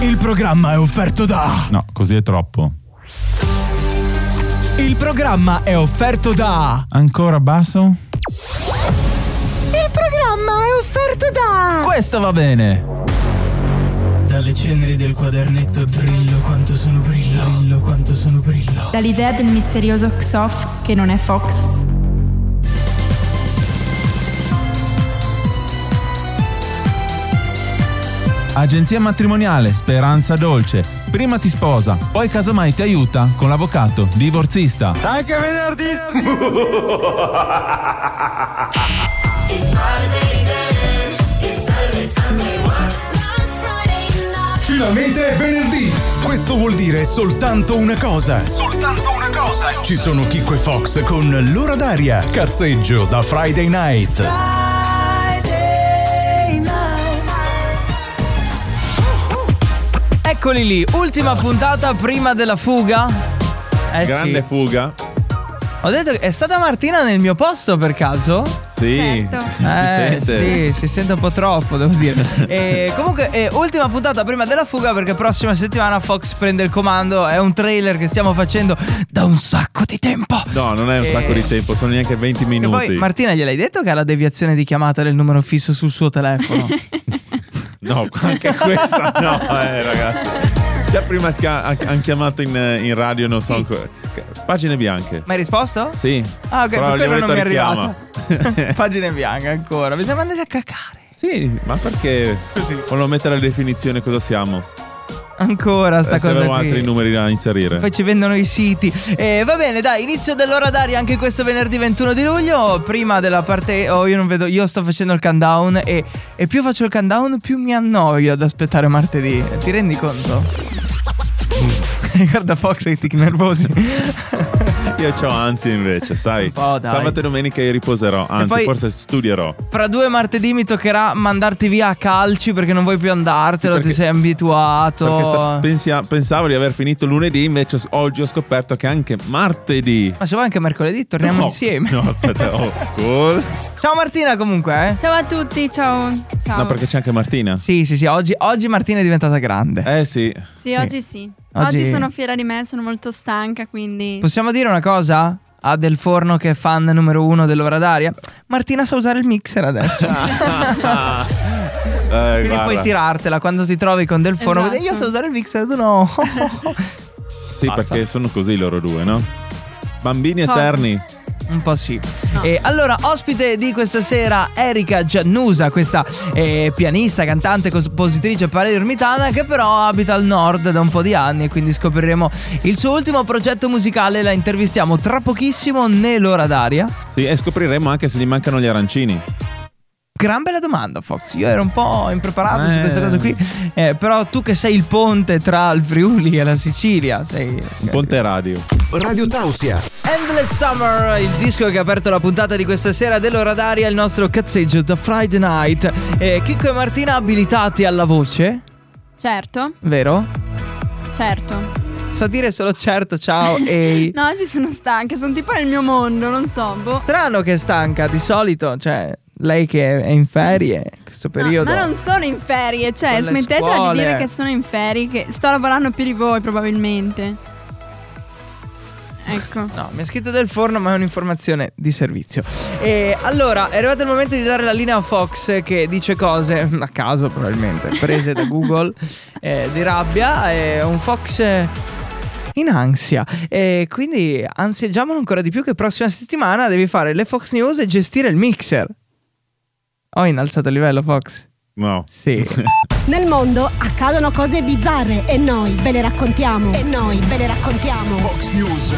Il programma è offerto da... No, così è troppo. Il programma è offerto da... Ancora basso? Il programma è offerto da... Questo va bene. Dalle ceneri del quadernetto drillo quanto sono brillo, quanto sono brillo. Dall'idea del misterioso Xof che non è Fox. Agenzia matrimoniale Speranza Dolce. Prima ti sposa, poi casomai ti aiuta con l'avvocato divorzista. Anche venerdì. Finalmente è venerdì! Questo vuol dire soltanto una cosa. Soltanto una cosa. Ci sono Chicco e Fox con L'ora d'aria. Cazzeggio da Friday Night. Eccoli lì, ultima puntata prima della fuga. Grande sì. fuga. Ho detto che è stata Martina nel mio posto per caso? Sì, Certo. si sente. Sì, si sente un po' troppo, devo dire. Comunque, ultima puntata prima della fuga, perché prossima settimana Fox prende il comando. È un trailer che stiamo facendo da un sacco di tempo. No, non è un sacco di tempo, sono neanche 20 E minuti. poi Martina gliel'hai detto che ha la deviazione di chiamata del numero fisso sul suo telefono? No, anche questa no, ragazzi. Già prima hanno chiamato in radio, non so, pagine bianche. Ma hai risposto? Sì. Ah, ok, Però per quello non mi è richiama. arrivata. Pagine bianche ancora. Bisogna mandarci a cacare. Sì, ma perché volevo mettere la definizione cosa siamo? Ancora sta Se cosa avevo qui. altri numeri da inserire. Poi ci vendono i siti. Va bene, dai, inizio dell'ora d'aria anche questo venerdì 21 di luglio. Prima della parte io non vedo, io sto facendo il countdown e più faccio il countdown più mi annoio ad aspettare martedì. Ti rendi conto? Guarda Fox che ti nervosi. Io c'ho ansia invece, sai. Un po', dai. Sabato e domenica io riposerò, anzi poi- forse studierò. Fra 2 martedì mi toccherà mandarti via a calci perché non vuoi più andartelo, Sì, perché- ti sei abituato. Perché pensavo di aver finito lunedì, invece oggi ho scoperto che anche martedì. Ma se vuoi anche mercoledì torniamo No, insieme. No, aspetta, cool. Ciao Martina comunque, Ciao a tutti, ciao. Ciao. No, perché c'è anche Martina. Sì, oggi Martina è diventata grande. Sì. Sì, oggi sì. Oggi- Oggi sono fiera di me, sono molto stanca, quindi... Possiamo dire una cosa? A Del Forno che è fan numero 1 dell'ora d'aria. Martina sa usare il mixer adesso. Quindi guarda. puoi tirartela quando ti trovi con Del Forno. Esatto. Io so usare il mixer, tu no. Sì, Basta. perché sono così loro due, no? Bambini Poco. eterni. Un po' sì. E allora, ospite di questa sera, Erika Giannusa, questa pianista, cantante, compositrice palermitana che però abita al nord da un po' di anni e quindi scopriremo il suo ultimo progetto musicale. La intervistiamo tra pochissimo nell'ora d'aria. Sì, e scopriremo anche se gli mancano gli arancini. Gran bella domanda, Fox. Io ero un po' impreparato su questa cosa qui. Però tu che sei il ponte tra il Friuli e la Sicilia, sei Un ponte radio. Radio Tausia. Endless Summer, il disco che ha aperto la puntata di questa sera dell'ora d'aria, il nostro cazzeggio da Friday Night. Chicco e Martina abilitati alla voce, Certo, vero? certo. Sa dire solo certo, ciao, ehi. No, oggi sono stanca, sono tipo nel mio mondo, non so, boh. Strano che è stanca, di solito, cioè, lei che è in ferie, questo No, periodo. ma non sono in ferie, cioè Con le smettetela scuole. di dire che sono in ferie, che sto lavorando più di voi probabilmente. Ecco. No, mi ha scritto Del Forno, ma è un'informazione di servizio. E allora, è arrivato il momento di dare la linea a Fox che dice cose a caso, probabilmente, prese da Google, di rabbia. È un Fox in ansia. E quindi ansieggiamolo ancora di più che prossima settimana devi fare le Fox News e gestire il mixer. Ho innalzato il livello, Fox? No. Sì. Nel mondo accadono cose bizzarre e noi ve le raccontiamo. Fox News.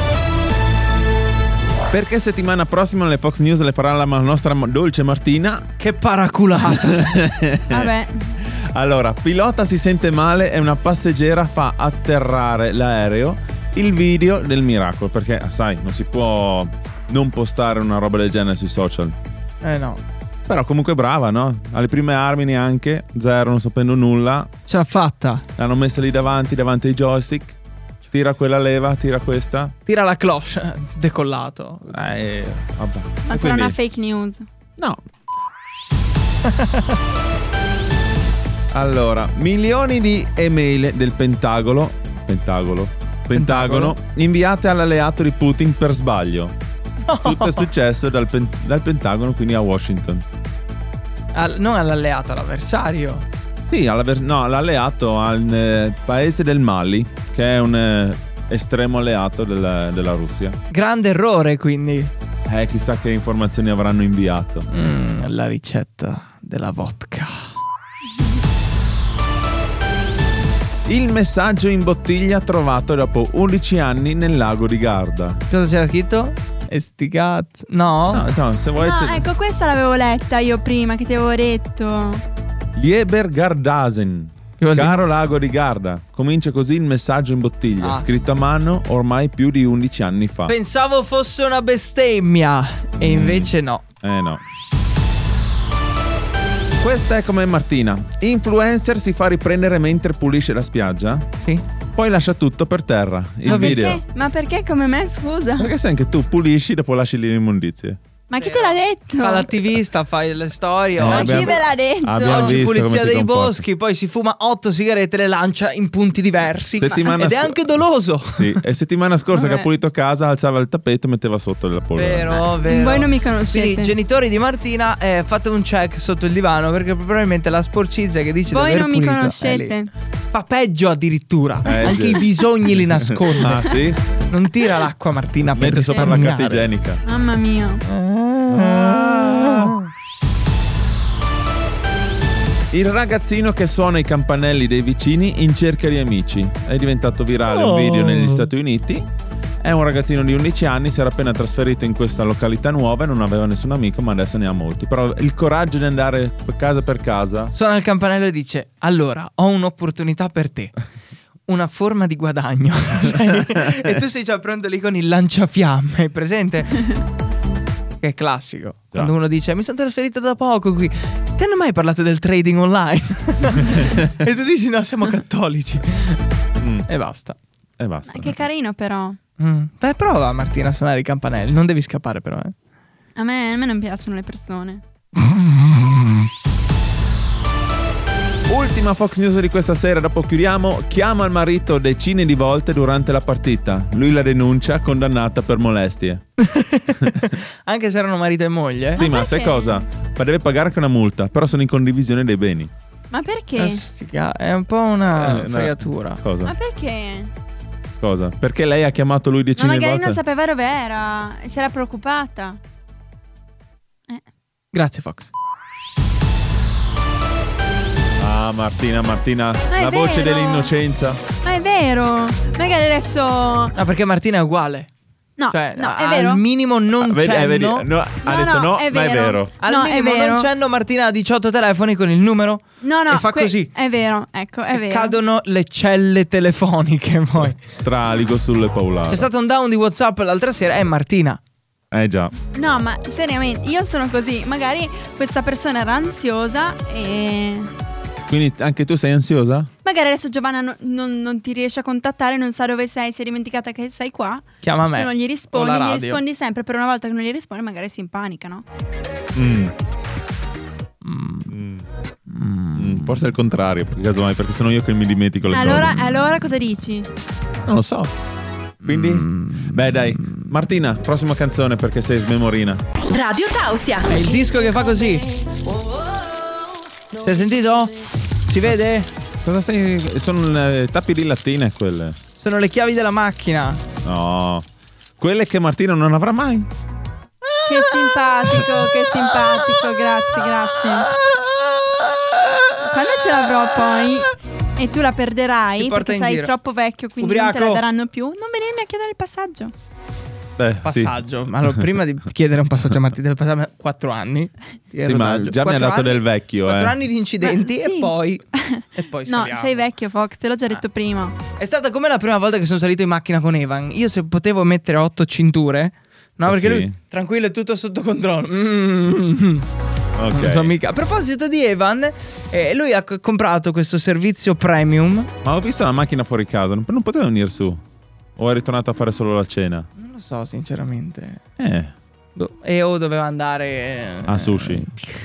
Perché settimana prossima le Fox News le farà la nostra dolce Martina. Che paraculata. Vabbè. Allora, pilota si sente male e una passeggera fa atterrare l'aereo. Il video del miracolo, perché sai, non si può non postare una roba del genere sui social. No. Però comunque brava, no? Alle prime armi neanche, zero, non sapendo nulla. Ce l'ha fatta. L'hanno messa lì davanti ai joystick. Tira quella leva, tira questa. Tira la cloche. Decollato. Vabbè. Ma E sarà quindi- una fake news. No. Allora, milioni di email del Pentagono inviate all'alleato di Putin per sbaglio. Tutto è successo dal Pentagono, quindi a Washington. Non all'alleato, all'avversario. Sì, all'alleato al paese del Mali, che è un estremo alleato della Russia. Grande errore, quindi. Chissà che informazioni avranno inviato. La ricetta della vodka. Il messaggio in bottiglia trovato dopo 11 anni nel lago di Garda. Cosa c'era scritto? Sti cazzo. No, se vuoi. No, ecco, questa l'avevo letta io prima che ti avevo detto. Lieber Gardasen. Caro lago di Garda. Comincia così il messaggio in bottiglia, scritto a mano ormai più di 11 anni fa. Pensavo fosse una bestemmia. E invece no. No. Questa è come Martina. Influencer si fa riprendere mentre pulisce la spiaggia. Sì. Poi lascia tutto per terra. Il video. Ma perché come me, scusa? Perché sai che tu pulisci, dopo lasci lì le immondizie. Ma chi te l'ha detto? Fa l'attivista, fai le storie. Ma chi ve l'ha detto? Oggi pulizia dei boschi, poi si fuma 8 sigarette e le lancia in punti diversi. Ed è anche doloso. Sì, e settimana scorsa che ha pulito casa, alzava il tappeto e metteva sotto la polvere. Vero. Voi non mi conoscete. Quindi, genitori di Martina, fate un check sotto il divano, perché probabilmente la sporcizia che dice voi di aver non mi pulito conoscete. fa peggio addirittura. Anche sì. i bisogni li nasconde. Ah, sì? Non tira l'acqua, Martina, per mette sopra la carta igienica. Mamma mia. Il ragazzino che suona i campanelli dei vicini in cerca di amici. È diventato virale un video negli Stati Uniti. È un ragazzino di 11 anni, si era appena trasferito in questa località nuova e non aveva nessun amico, ma adesso ne ha molti. Però il coraggio di andare casa per casa. Suona il campanello e dice: allora, ho un'opportunità per te. Una forma di guadagno. E tu sei già pronto lì con il lanciafiamme, hai presente? Che è classico. Quando uno dice: mi sono trasferito da poco qui. Ti hanno mai parlato del trading online? E tu dici: no, siamo cattolici. E basta. Ma che carino però. Beh, prova Martina a suonare i campanelli. Non devi scappare però. A me non piacciono le persone. Ultima Fox News di questa sera, dopo chiudiamo. Chiama il marito decine di volte durante la partita. Lui la denuncia, condannata per molestie. Anche se erano marito e moglie? Sì, ma sai cosa? Deve pagare anche una multa, però sono in condivisione dei beni. Ma perché? È un po' una fregatura. Cosa? Ma perché? Cosa? Perché lei ha chiamato lui decine Ma di volte? magari non sapeva dove era e si era preoccupata. Grazie Fox. Ah, Martina, la vero. voce dell'innocenza. Ma è vero. Magari adesso. No, perché Martina è uguale. No, Cioè, no, è vero. Al minimo non cenno. No, ha detto no, è ma è vero. Al No, minimo è vero. non cenno, Martina ha 18 telefoni con il numero. No, e fa così. È vero, ecco, è vero. Cadono le celle telefoniche poi. Traligo sulle paulate. C'è stato un down di WhatsApp l'altra sera, è Martina. Già. No, ma seriamente, io sono così. Magari questa persona era ansiosa e. Quindi anche tu sei ansiosa? Magari adesso Giovanna non ti riesce a contattare, non sa dove sei, si è dimenticata che sei qua. Chiama me. Tu non gli O rispondi, la gli radio. rispondi sempre. Per una volta che non gli rispondi, magari si impanicano. Forse è il contrario, perché sono io che mi dimentico le cose. Allora cosa dici? Non lo so. Quindi? Beh dai, Martina, prossima canzone perché sei smemorina. Radio Tausia. È il disco che fa così. Hai sentito? Si vede? Cosa stai? Sono tappi di lattine quelle. Sono le chiavi della macchina. No, quelle che Martina non avrà mai. Che simpatico, grazie. Quando ce l'avrò poi e tu la perderai Ti porta perché in sei giro. troppo vecchio, quindi Ubriaco. non te la daranno più, non venirmi a chiedere il passaggio. Passaggio. Ma allora, prima di chiedere un passaggio a Martina, deve passare 4 anni. Sì, ma già mi ha dato del vecchio. 4 anni di incidenti Sì. e poi No, saliamo. sei vecchio, Fox, te l'ho già detto prima. È stata come la prima volta che sono salito in macchina con Evan. Io se potevo mettere 8 cinture. No, perché Sì. lui tranquillo, è tutto sotto controllo. Non so mica. A proposito di Evan, lui ha comprato questo servizio premium. Ma ho visto la macchina fuori casa, non poteva venire su. O è ritornato a fare solo la cena? Non lo so, sinceramente. EO doveva andare a sushi.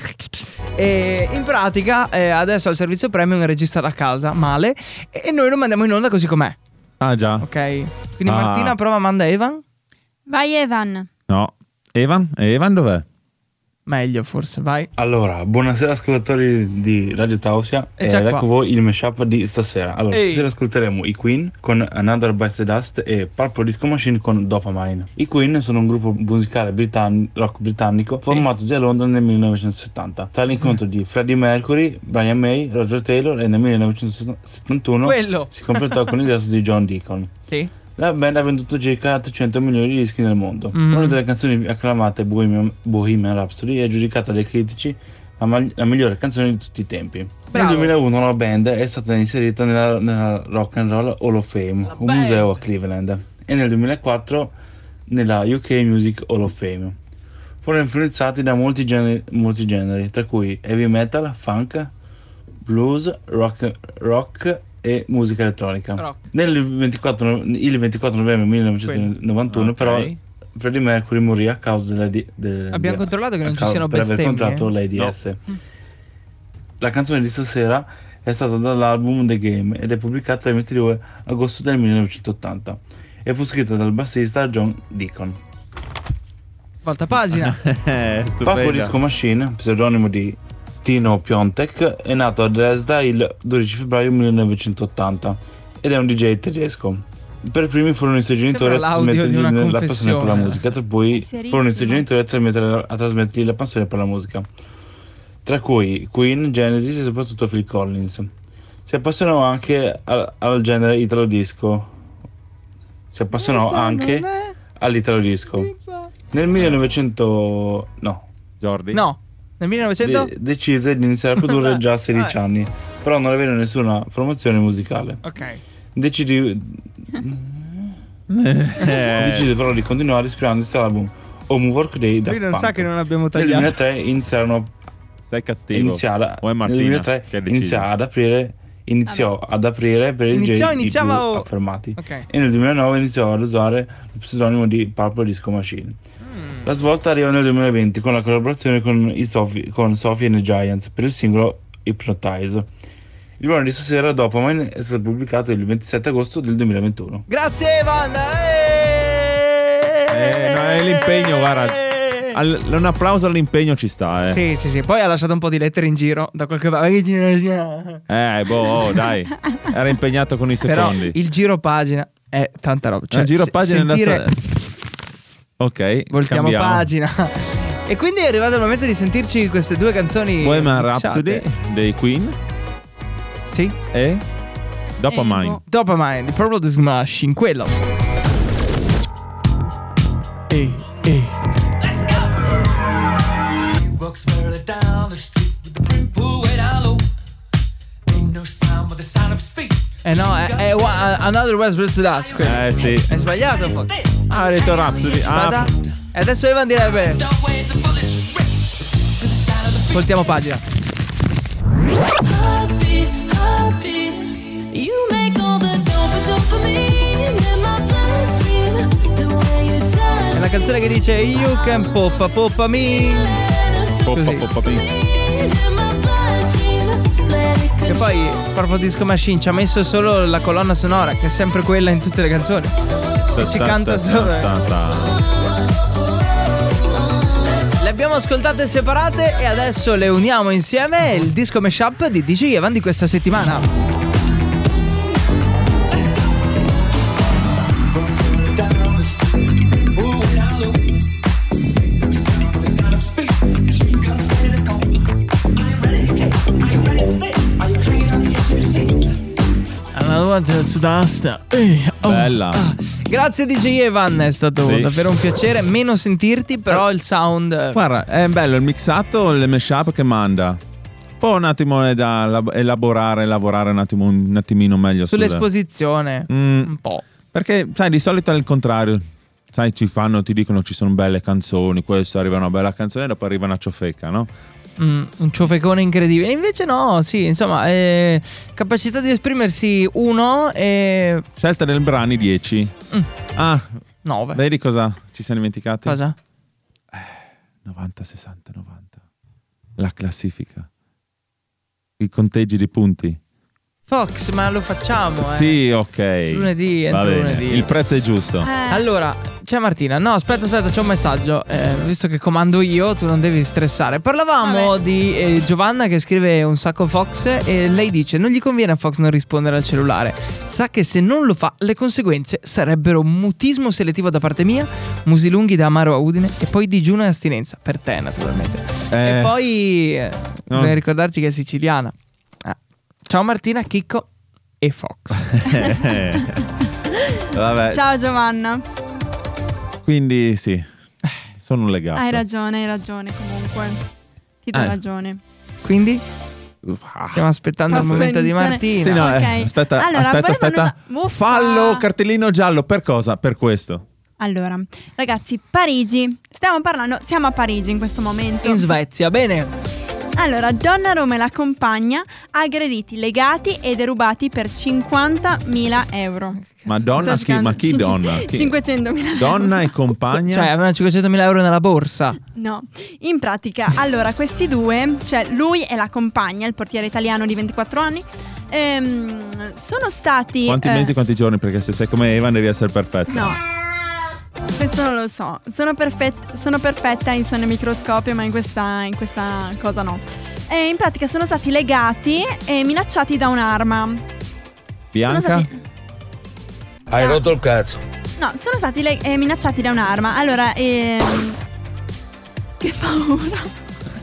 E in pratica adesso al servizio premium registra da casa male e noi lo mandiamo in onda così com'è. Ah già. Ok. Quindi Martina prova, manda Evan. Vai Evan. No. Evan? Evan dov'è? Meglio forse, vai. Allora, buonasera ascoltatori di Radio Tausia. E c'è qua. Ecco voi il mashup di stasera. Allora, Ehi. stasera ascolteremo i Queen con Another Bites the Dust e Purple Disco Machine con Dopamine. I Queen sono un gruppo musicale rock britannico formatosi a Londra nel 1970 tra l'incontro di Freddie Mercury, Brian May, Roger Taylor e nel 1971 Quello. si completò con il resto di John Deacon. Sì. La band ha venduto circa 300 milioni di dischi nel mondo. Una delle canzoni acclamate, Bohemian Rhapsody, è giudicata dai critici la migliore canzone di tutti i tempi. Bravo. Nel 2001 la band è stata inserita nella Rock and Roll Hall of Fame, un band. museo a Cleveland, e nel 2004 nella UK Music Hall of Fame. Furono influenzati da molti generi, tra cui heavy metal, funk, blues, rock e musica elettronica. Rock. Il 24 novembre 1991 però Freddie Mercury morì a causa Abbiamo controllato che non ci siano per aver bestemmie. contratto l'AIDS. La canzone di stasera è stata dall'album The Game ed è pubblicata il 22 agosto del 1980 e fu scritta dal bassista John Deacon. Volta pagina. Purple Stupenda. Disco Machine, pseudonimo di Tino Piontek, è nato a Dresda il 12 febbraio 1980 ed è un DJ tedesco. Per primi furono i suoi genitori a Sembra l'audio di una trasmettergli la passione per la confessione. musica, tra cui È serissimo. furono i suoi genitori a trasmettergli la passione per la musica, tra cui Queen, Genesis e soprattutto Phil Collins. Si appassionò anche al genere italo disco. Si appassionò anche all'italo disco. Nel 1900 Jordi? No, nel 1900? decise di iniziare a produrre già a 16 anni, però non aveva nessuna formazione musicale. Ok. Decise però di continuare ispirandosi all'album Homework Day da Lui non Punk. sa che non abbiamo Nel tagliato. 2003 iniziarono Sei cattivo. O è nel Martina 2003 che decide? iniziò ad aprire per il Iniziava DJ o- affermati Ok. e nel 2009 iniziò ad usare lo pseudonimo di Purple Disco Machine. La svolta arriva nel 2020 con la collaborazione con Sophie and the Giants per il singolo Hypnotize. Il brano di stasera, Dopamine, è stato pubblicato il 27 agosto del 2021. Grazie Evan. No, è l'impegno, guarda. Un applauso all'impegno ci sta, Sì. Poi ha lasciato un po' di lettere in giro da qualche parte. Dai. Era impegnato con i Però secondi. il giro pagina è tanta roba. Cioè, Il giro pagina è sentire... Ok, Voltiamo cambiamo. pagina. E quindi è arrivato il momento di sentirci queste due canzoni. Bohemian mixate. Rhapsody dei Queen Sì. e Dopamine. Dopamine, di Purple Disco Machine, quello. Ehi. Walks further down the street with the brim pulled way down low. Ain't no sound but the sound of his feet. È Another West Bridge to Dust. quello. Sì. È sbagliato forse. Ha detto Rhapsody. Guarda. E adesso Evan direbbe. Don't wait, the bullets rip. To the sound of the beat. Voltiamo pagina. Heartbeat, heartbeat. You make all the dopamine in my bloodstream. The way you touch È la canzone che dice You can poppa me. Così. Che poi Purple Disco Machine ci ha messo solo la colonna sonora, che è sempre quella in tutte le canzoni. Ci canta solo. Le abbiamo ascoltate separate e adesso le uniamo insieme. Il disco mashup di DJ Evan di questa settimana. Bella. Grazie DJ Evan, è stato Sì. davvero un piacere. Meno sentirti, però il sound. Guarda, è bello il mixato, il mashup che manda. Poi un attimo è da elaborare, lavorare un attimino meglio Sull'esposizione. Un po'. Perché, sai, di solito è il contrario. Sai, ti dicono ci sono belle canzoni, questo arriva una bella canzone e dopo arriva una ciofecca, no? Un ciofecone incredibile. Invece no, sì, insomma, capacità di esprimersi 1 e Scelta del brani 10. 9. Vedi cosa ci siamo dimenticati? Cosa? 90, 60, 90. La classifica. I conteggi di punti. Fox, ma lo facciamo, Sì, ok. Lunedì, entro Va bene. lunedì. Il prezzo è giusto. Allora, c'è Martina. No, aspetta, c'è un messaggio. Visto che comando io, tu non devi stressare. Parlavamo di Giovanna che scrive un sacco Fox e lei dice: non gli conviene a Fox non rispondere al cellulare. Sa che se non lo fa, le conseguenze sarebbero mutismo selettivo da parte mia, musi lunghi da Amaro a Udine e poi digiuno e astinenza. Per te, naturalmente. E poi bisogna ricordarci che è siciliana. Ciao Martina, Chicco e Fox. Vabbè. Ciao Giovanna. Quindi sì, sono legato. Hai ragione comunque. Ti do ragione. Quindi? Stiamo aspettando il Posso momento di iniziare? Martina. Sì, no, Ok. aspetta, Allora, aspetta. Uffa. Fallo, cartellino giallo, per cosa? Per questo. Allora, ragazzi, Parigi. Siamo a Parigi in questo momento. In Svezia, bene. Allora, Donnarumma e la compagna aggrediti, legati e derubati per 50.000 euro. Ma donna, ma chi donna? 500.000 Donna e compagna? Cioè, avevano 500.000 euro nella borsa. No, in pratica, allora, questi due, cioè lui e la compagna, il portiere italiano di 24 anni, sono stati... Quanti mesi, quanti giorni? Perché se sei come Evan devi essere perfetta. No, questo non lo so. Sono perfetta in sonno microscopio, ma in questa cosa no. E in pratica sono stati legati e minacciati da un'arma. Bianca? Hai rotto il cazzo. No, sono stati minacciati da un'arma. Allora, che paura.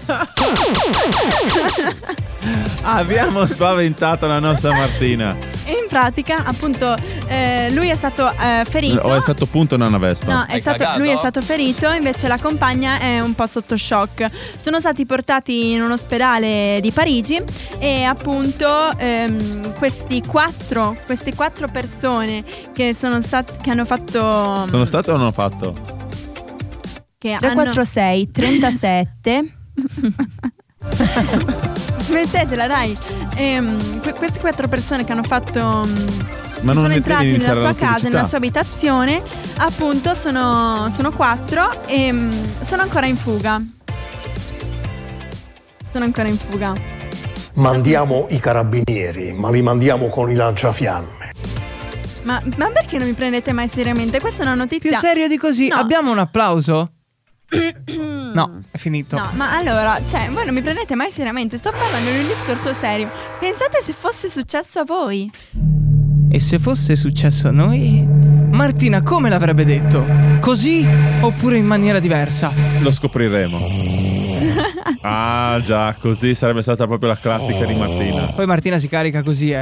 Abbiamo spaventato la nostra Martina. E in pratica, appunto, lui è stato ferito. O è stato punto non una vespa? No, lui è stato ferito, invece la compagna è un po' sotto shock. Sono stati portati in un ospedale di Parigi e appunto queste quattro persone che hanno fatto... Sono stato o non ho fatto? Che 346 37 Smettetela, dai. Queste 4 persone che hanno fatto Ma non sono entrati nella sua casa, pubblicità. nella sua abitazione. Appunto sono 4 e sono ancora in fuga. Mandiamo i carabinieri, ma li mandiamo con i lanciafiamme. Ma perché non mi prendete mai seriamente? Questa è una notizia Più serio di così? No. Abbiamo un applauso? No, è finito. No, ma allora, cioè, voi non mi prendete mai seriamente. Sto parlando di un discorso serio. Pensate se fosse successo a voi. E se fosse successo a noi? Martina come l'avrebbe detto? Così oppure in maniera diversa? Lo scopriremo. Ah già, così sarebbe stata proprio la classica di Martina. Poi Martina si carica così,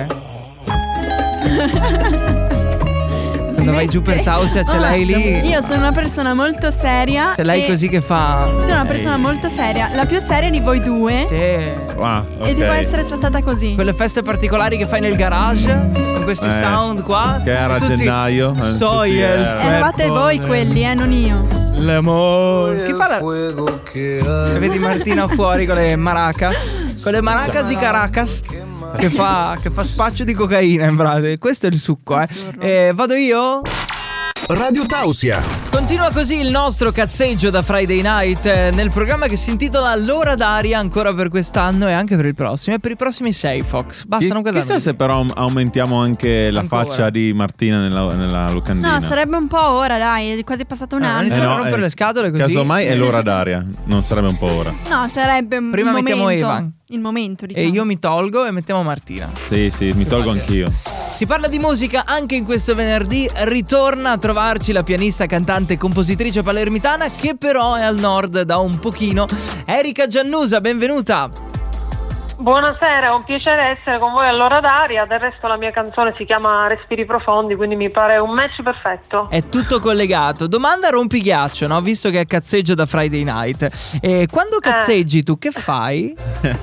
Quando vai giù per Tausia c'è lei lì. Io sono una persona molto seria. C'è lei così che fa. Sono una persona molto seria. La più seria di voi due. Sì. Ah, E devo essere trattata così. Quelle feste particolari che fai nel garage con questi sound qua. Che era a Tutti gennaio. Eravate voi quelli, non io. L'amore. Chi fa la... E vedi Martina fuori con le maracas. Con le maracas di Caracas. Che fa spaccio di cocaina in pratica. Questo è il succo, vado io? Radio Tausia. Continua così il nostro cazzeggio da Friday Night nel programma che si intitola L'ora d'aria ancora per quest'anno e anche per il prossimo e per i prossimi 6 Fox. Basta, non guardarmi. Chissà se però aumentiamo anche la Ancora. faccia di Martina nella locandina. No, sarebbe un po' ora, dai. È quasi passato un anno. iniziamo a rompere le scatole così. Casomai è l'ora d'aria. Non sarebbe un po' ora. No, sarebbe Prima il mettiamo momento. Evan. Il momento, diciamo. E io mi tolgo e mettiamo Martina. Sì, mi tolgo anch'io. Si parla di musica anche in questo venerdì. Ritorna a trovarci la pianista, cantante e compositrice palermitana che però è al nord da un pochino. Erika Giannusa, benvenuta. Buonasera, è un piacere essere con voi all'ora d'aria. Del resto la mia canzone si chiama Respiri profondi, quindi mi pare un match perfetto. È tutto collegato. Domanda rompighiaccio, no? Visto che è cazzeggio da Friday Night. E quando cazzeggi tu che fai?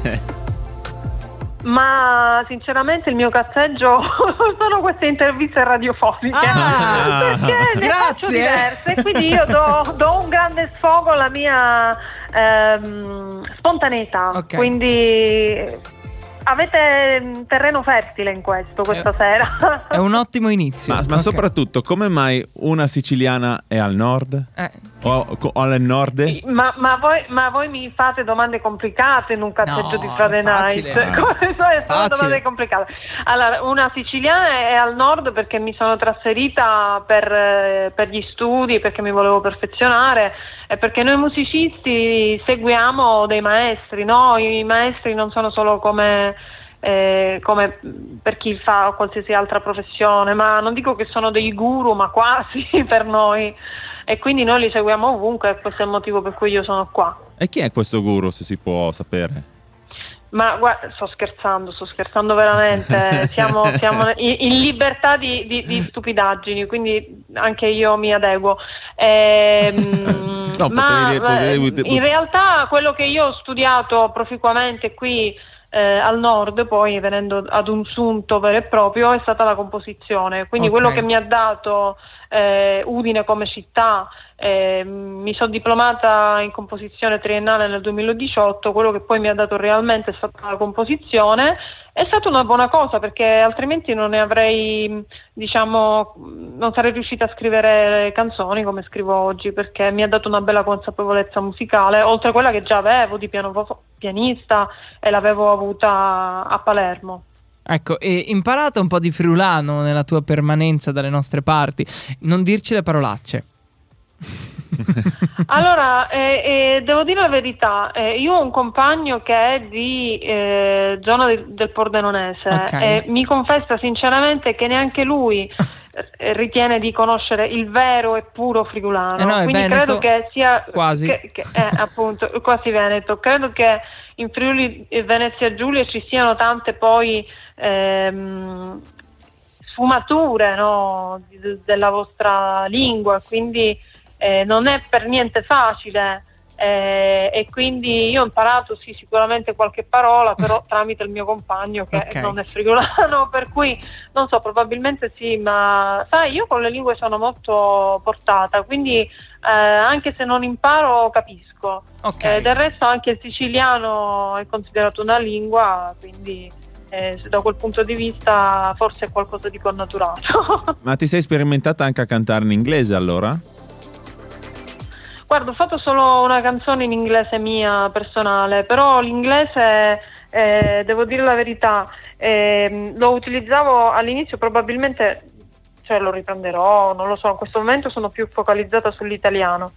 Ma sinceramente il mio cazzeggio sono queste interviste radiofoniche. Perché ne faccio diverse, quindi io do un grande sfogo alla mia spontaneità. Ok. Quindi avete terreno fertile in questo questa sera. È un ottimo inizio. Ma Ok. soprattutto, come mai una siciliana è al nord? O al nord? Ma voi mi fate domande complicate in un cazzeggio No, di Friday facile. Night. Come sono Facile. domande complicate. Allora, una siciliana è al nord perché mi sono trasferita per gli studi, perché mi volevo perfezionare e perché noi musicisti seguiamo dei maestri, no? I maestri non sono solo come per chi fa qualsiasi altra professione, ma non dico che sono dei guru, ma quasi per noi. E quindi noi li seguiamo ovunque, e questo è il motivo per cui io sono qua. E chi è questo guru, se si può sapere? Ma guarda, sto scherzando veramente. Siamo in libertà di stupidaggini, quindi anche io mi adeguo. No, In realtà quello che io ho studiato proficuamente qui al nord, poi venendo ad un sunto vero e proprio, è stata la composizione. Quindi quello che mi ha dato Udine come città, mi sono diplomata in composizione triennale nel 2018, quello che poi mi ha dato realmente è stata la composizione. È stata una buona cosa, perché altrimenti non ne avrei, non sarei riuscita a scrivere canzoni come scrivo oggi, perché mi ha dato una bella consapevolezza musicale, oltre a quella che già avevo di pianista, e l'avevo avuta a Palermo. Ecco, e imparato un po' di friulano nella tua permanenza dalle nostre parti. Non dirci le parolacce. Allora, devo dire la verità, io ho un compagno che è di zona del Pordenonese e mi confessa sinceramente che neanche lui ritiene di conoscere il vero e puro friulano, no, è quindi veneto, credo che sia quasi. appunto quasi veneto. Credo che in Friuli Venezia Giulia ci siano tante poi sfumature, no, della vostra lingua, quindi non è per niente facile, e quindi io ho imparato sicuramente qualche parola, però tramite il mio compagno che non è friulano, per cui non so, probabilmente sì, ma sai, io con le lingue sono molto portata, quindi anche se non imparo capisco. Del resto anche il siciliano è considerato una lingua, quindi da quel punto di vista forse è qualcosa di connaturato. Ma ti sei sperimentata anche a cantare in inglese allora? Guarda, ho fatto solo una canzone in inglese mia personale, però l'inglese, devo dire la verità, lo utilizzavo all'inizio, probabilmente, cioè lo riprenderò, non lo so, in questo momento sono più focalizzata sull'italiano,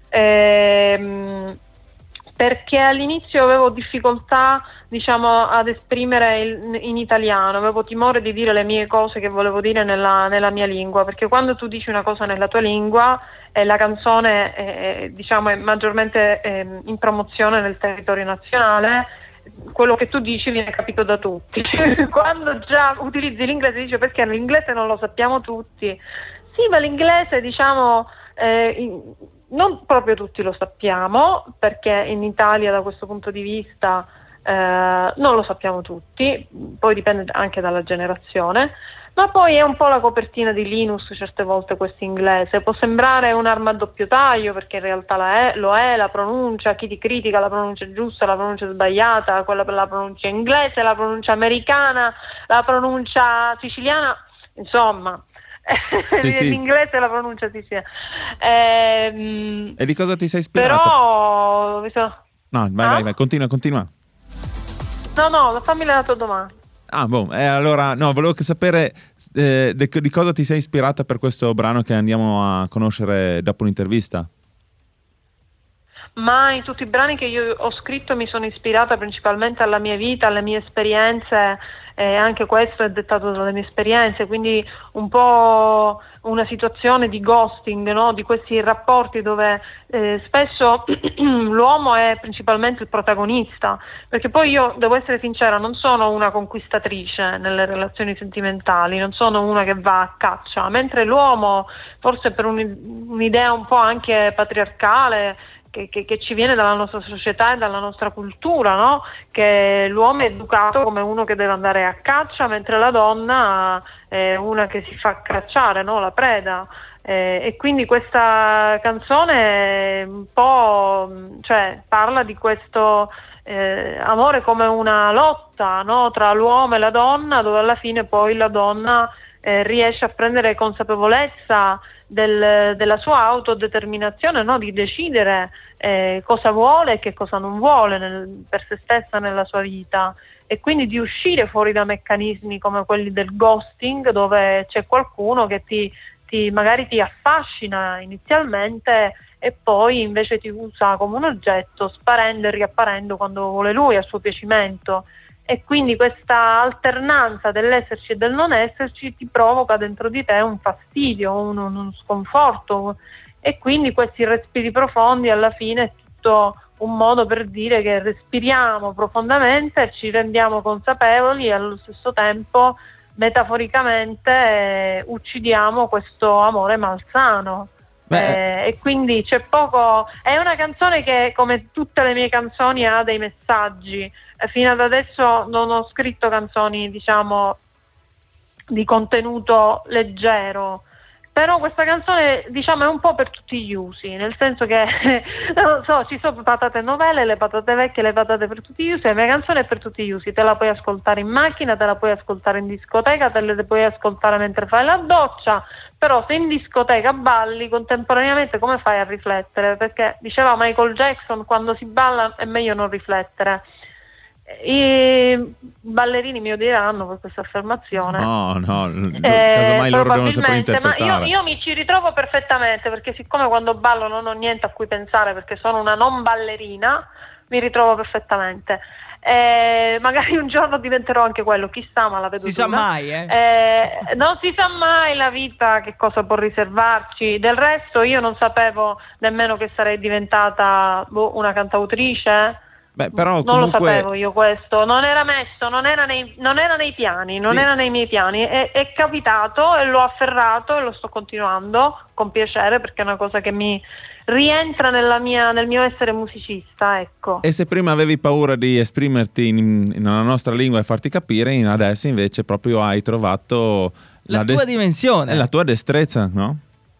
perché all'inizio avevo difficoltà, ad esprimere in italiano, avevo timore di dire le mie cose che volevo dire nella mia lingua, perché quando tu dici una cosa nella tua lingua, la canzone è maggiormente in promozione nel territorio nazionale, quello che tu dici viene capito da tutti. Quando già utilizzi l'inglese dici perché l'inglese non lo sappiamo tutti. Sì, ma l'inglese non proprio tutti lo sappiamo, perché in Italia da questo punto di vista non lo sappiamo tutti, poi dipende anche dalla generazione, ma poi è un po' la copertina di Linus certe volte questo inglese, può sembrare un'arma a doppio taglio, perché in realtà lo è, la pronuncia, chi ti critica la pronuncia giusta, la pronuncia sbagliata, quella per la pronuncia inglese, la pronuncia americana, la pronuncia siciliana, insomma. Sì. L'inglese e la pronuncia siciliana. E di cosa ti sei ispirata? Però No, vai, continua. No, fammi la tua domanda. Allora, no, volevo sapere di cosa ti sei ispirata per questo brano che andiamo a conoscere dopo l'intervista. Ma in tutti i brani che io ho scritto mi sono ispirata principalmente alla mia vita, alle mie esperienze, e anche questo è dettato dalle mie esperienze, quindi un po' una situazione di ghosting, no? Di questi rapporti dove spesso l'uomo è principalmente il protagonista, perché poi io devo essere sincera, non sono una conquistatrice nelle relazioni sentimentali, non sono una che va a caccia, mentre l'uomo, forse per un'idea un po' anche patriarcale che ci viene dalla nostra società e dalla nostra cultura, no? Che l'uomo è educato come uno che deve andare a caccia, mentre la donna è una che si fa cacciare, no? La preda. E quindi questa canzone un po', cioè, parla di questo amore come una lotta, no? Tra l'uomo e la donna, dove alla fine poi la donna riesce a prendere consapevolezza della sua autodeterminazione, no? Di decidere cosa vuole e che cosa non vuole per se stessa nella sua vita, e quindi di uscire fuori da meccanismi come quelli del ghosting, dove c'è qualcuno che magari ti affascina inizialmente e poi invece ti usa come un oggetto, sparendo e riapparendo quando vuole lui, a suo piacimento. E quindi questa alternanza dell'esserci e del non esserci ti provoca dentro di te un fastidio, uno sconforto, e quindi questi respiri profondi alla fine è tutto un modo per dire che respiriamo profondamente e ci rendiamo consapevoli, e allo stesso tempo metaforicamente uccidiamo questo amore malsano. E quindi c'è poco. È una canzone che, come tutte le mie canzoni, ha dei messaggi. Fino ad adesso non ho scritto canzoni, diciamo, di contenuto leggero, però questa canzone, diciamo, è un po' per tutti gli usi, nel senso che non so, ci sono patate novelle, le patate vecchie, le patate per tutti gli usi. La mia canzone è per tutti gli usi, te la puoi ascoltare in macchina, te la puoi ascoltare in discoteca, te la puoi ascoltare mentre fai la doccia, però se in discoteca balli contemporaneamente, come fai a riflettere? Perché diceva Michael Jackson, quando si balla è meglio non riflettere. I ballerini mi odieranno per questa affermazione. No, casomai loro devono saper interpretare. Ma io mi ci ritrovo perfettamente, perché siccome quando ballo non ho niente a cui pensare, perché sono una non ballerina, mi ritrovo perfettamente. Magari un giorno diventerò anche quello, chissà, ma la vedo. Si sa mai, non si sa mai la vita che cosa può riservarci. Del resto io non sapevo nemmeno che sarei diventata una cantautrice. Beh, però non comunque... lo sapevo io questo, non era messo, non era nei piani, non era nei miei piani, è capitato e l'ho afferrato e lo sto continuando con piacere, perché è una cosa che mi rientra nel mio essere musicista, ecco. E se prima avevi paura di esprimerti nella nostra lingua e farti capire, adesso invece proprio hai trovato la tua dimensione, la tua destrezza, no?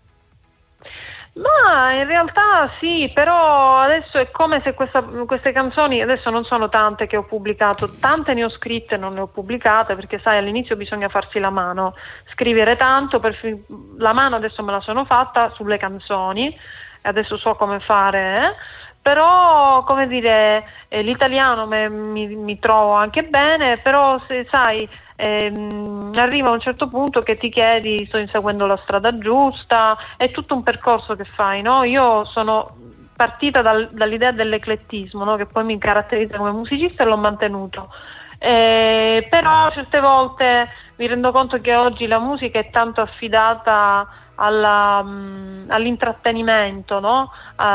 Ma in realtà sì, però adesso è come se queste canzoni, adesso non sono tante che ho pubblicato, tante ne ho scritte e non ne ho pubblicate, perché sai, all'inizio bisogna farsi la mano, scrivere tanto, la mano adesso me la sono fatta sulle canzoni, adesso so come fare, però come dire, l'italiano mi trovo anche bene, però se sai, arriva a un certo punto che ti chiedi: sto inseguendo la strada giusta? È tutto un percorso che fai, no? Io sono partita dall'idea dell'eclettismo, no? Che poi mi caratterizza come musicista, e l'ho mantenuto, però certe volte mi rendo conto che oggi la musica è tanto affidata all'intrattenimento, no?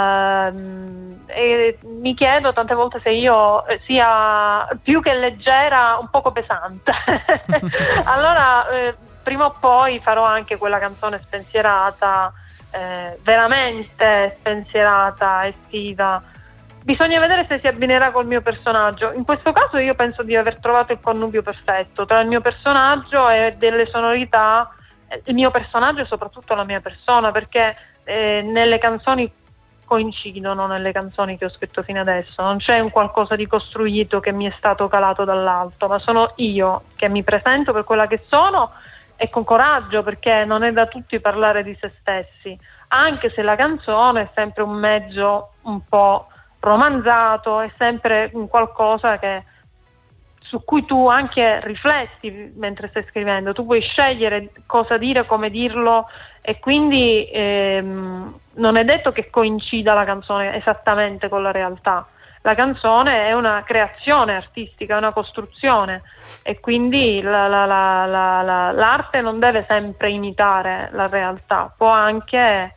E mi chiedo tante volte se io sia più che leggera un poco pesante. Allora prima o poi farò anche quella canzone spensierata, veramente spensierata, estiva. Bisogna vedere se si abbinerà col mio personaggio. In questo caso io penso di aver trovato il connubio perfetto tra il mio personaggio e delle sonorità, il mio personaggio e soprattutto la mia persona, perché nelle canzoni coincidono, nelle canzoni che ho scritto fino adesso non c'è un qualcosa di costruito che mi è stato calato dall'alto, ma sono io che mi presento per quella che sono, e con coraggio, perché non è da tutti parlare di se stessi, anche se la canzone è sempre un mezzo un po' romanzato, è sempre un qualcosa su cui tu anche rifletti mentre stai scrivendo. Tu puoi scegliere cosa dire, come dirlo, e quindi non è detto che coincida la canzone esattamente con la realtà. La canzone è una creazione artistica, è una costruzione, e quindi l'arte non deve sempre imitare la realtà, può anche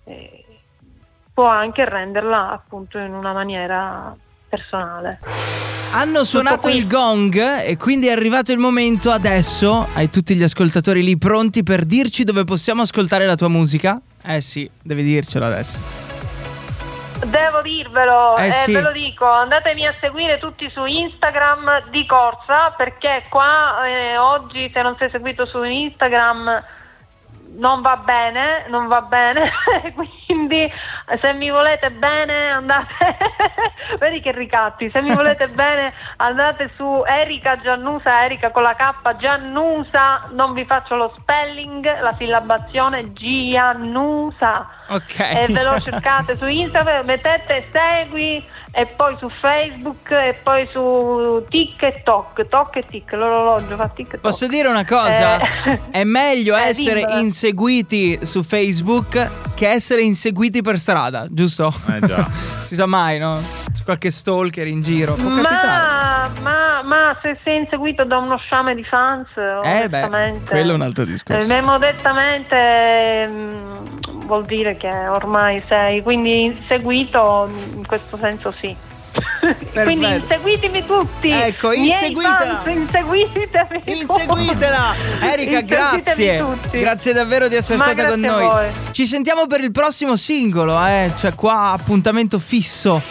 renderla appunto in una maniera personale. Hanno suonato il gong e quindi è arrivato il momento adesso, ai tutti gli ascoltatori lì pronti per dirci dove possiamo ascoltare la tua musica? Sì, devi dircelo adesso. Devo dirvelo, sì. Ve lo dico, andatemi a seguire tutti su Instagram di corsa, perché qua oggi, se non sei seguito su Instagram, non va bene, quindi se mi volete bene andate, vedi che ricatti, se mi volete bene andate su Erika Giannusa, Erika con la K, Giannusa, non vi faccio lo spelling, la sillabazione, Giannusa. Ok. E ve lo cercate su Instagram, mettete segui, e poi su Facebook, e poi su TikTok, l'orologio fa TikTok. Posso dire una cosa? È meglio essere dimmela. inseguiti su Facebook che essere inseguiti per strada, giusto? Già. Si sa mai, no? C'è qualche stalker in giro, può capitare. Ma se sei inseguito da uno sciame di fans, onestamente, quello è un altro discorso. Modestamente vuol dire che ormai sei, quindi inseguito in questo senso sì. Quindi inseguitemi tutti. Ecco, inseguitela. Inseguitela. Erika, grazie. Grazie davvero di essere stata con noi. Voi. Ci sentiamo per il prossimo singolo, cioè qua appuntamento fisso.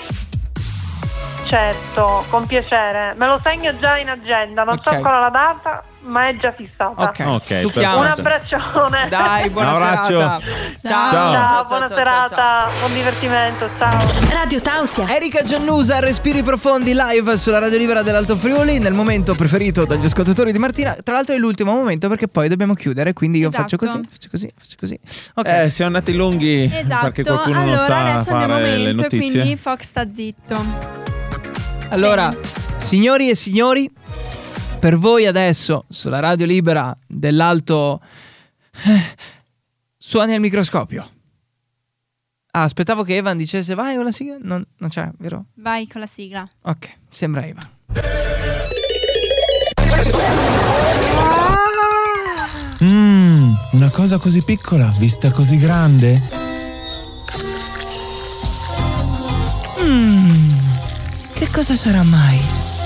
Certo, con piacere. Me lo segno già in agenda, non so ancora la data, ma è già fissata. Ok, tu perfetto. Un abbraccione. Dai, buona serata. Ciao, buona serata, buon divertimento, ciao. Radio Tausia. Erika Giannusa, Respiri Profondi live sulla Radio Libera dell'Alto Friuli, nel momento preferito dagli ascoltatori di Martina. Tra l'altro è l'ultimo momento perché poi dobbiamo chiudere, quindi io faccio così. Ok. Siamo andati lunghi perché qualcuno non sa adesso è il fare le momento, notizie. quindi Fox sta zitto. Allora, signori e signori, per voi adesso sulla Radio Libera dell'Alto suoni al microscopio. Aspettavo che Evan dicesse vai con la sigla. Non c'è, vero? Vai con la sigla. Ok, sembra Evan. Una cosa così piccola, vista così grande. Che cosa sarà mai?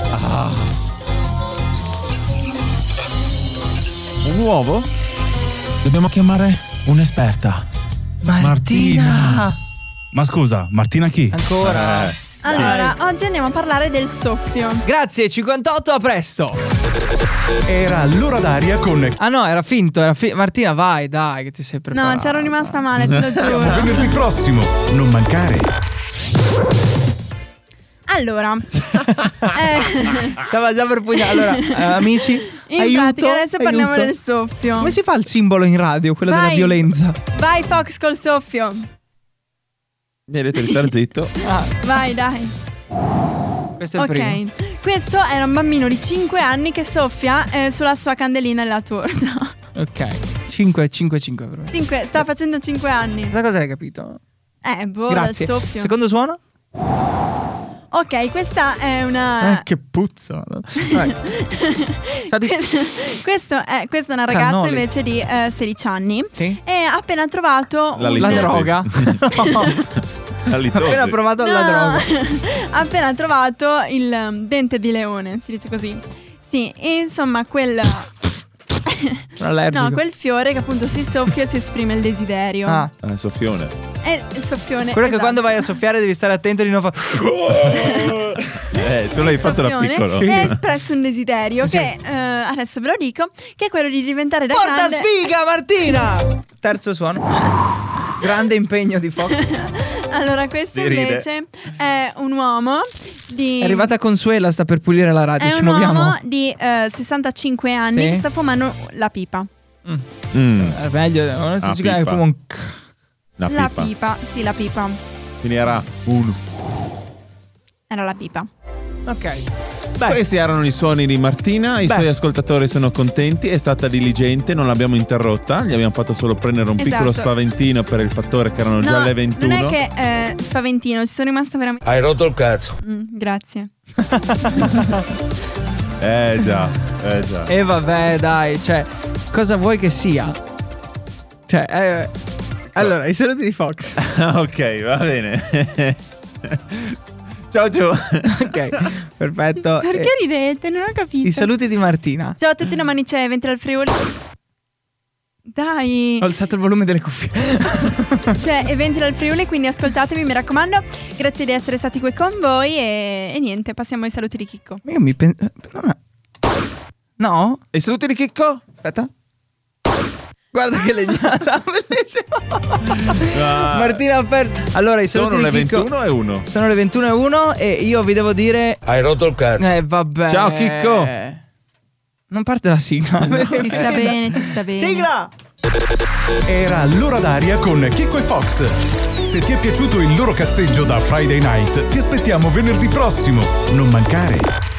Un uovo? Dobbiamo chiamare un'esperta. Martina! Ma scusa, Martina chi? Ancora? Allora, oggi andiamo a parlare del soffio. Grazie, 58, a presto. Era l'ora d'aria con Ah no, era finto, Martina, vai, dai, che ti sei preparata. No, c'ero rimasta male, te lo giuro. venerdì prossimo. Non mancare. Allora, stava già per pugnare. Allora, amici, in aiuto, pratica adesso parliamo aiuto. del soffio. Come si fa il simbolo in radio, quello della violenza? Vai Fox col soffio. Mi hai detto di star zitto. Vai, dai. Questo è il primo. Questo era un bambino di 5 anni che soffia sulla sua candelina nella torta. Ok, 5 per me. 5, sta facendo 5 anni. Da cosa hai capito? Dal Grazie. soffio. Secondo suono? Ok, questa è una... Che puzza. Questa è una ragazza Cannoli. invece di 16 anni. Sì? E ha appena trovato La droga. Appena provato la droga. Ha appena trovato il dente di leone, si dice così. Sì, e insomma quel allergico. No, quel fiore che appunto si soffia e si esprime il desiderio. Soffione. È il soffione. Quello che esatto. quando vai a soffiare devi stare attento di non fare. Tu l'hai fatto da piccolo. È espresso un desiderio che adesso ve lo dico, che è quello di diventare da Porta grande. sfiga, Martina! Terzo suono. Grande impegno di Fox. Allora, questo invece è un uomo di... È arrivata Consuela, sta per pulire la radio. È ci un muoviamo. uomo di 65 anni Sì? che sta fumando la pipa. È meglio, non si pipa. che fumo un La pipa, sì, la pipa. Quindi era un... Era la pipa. Ok. Questi erano i suoni di Martina. I suoi ascoltatori sono contenti. È stata diligente, non l'abbiamo interrotta. Gli abbiamo fatto solo prendere un piccolo Esatto. spaventino per il fattore che erano già le 21. Non è che spaventino, ci sono rimasta veramente... Hai rotto il cazzo. Grazie. Già. E vabbè, dai, cioè, cosa vuoi che sia? Cioè, allora, i saluti di Fox. Ok, va bene. Ciao Gio. Ok, perfetto. Perché ridete? Non ho capito. I saluti di Martina. Ciao a tutti, domani c'è Ventri al Friuli. Dai. Ho alzato il volume delle cuffie. C'è Eventi al Friuli, quindi ascoltatemi, mi raccomando. Grazie di essere stati qui con voi e niente, passiamo ai saluti di Chicco. Io mi penso... No? I saluti di Chicco? Aspetta. Guarda che legnata, bellissimo. Martina ha perso. Allora, i saluti Sono le di Chicco 21 e 1. sono le 21 e 1 e io vi devo dire. Hai rotto il cazzo. Vabbè. Ciao, Chicco. Non parte la sigla. Ti sta bene, ti sta bene. Sigla! Era L'ora d'aria con Chicco e Fox. Se ti è piaciuto il loro cazzeggio da Friday Night, ti aspettiamo venerdì prossimo. Non mancare.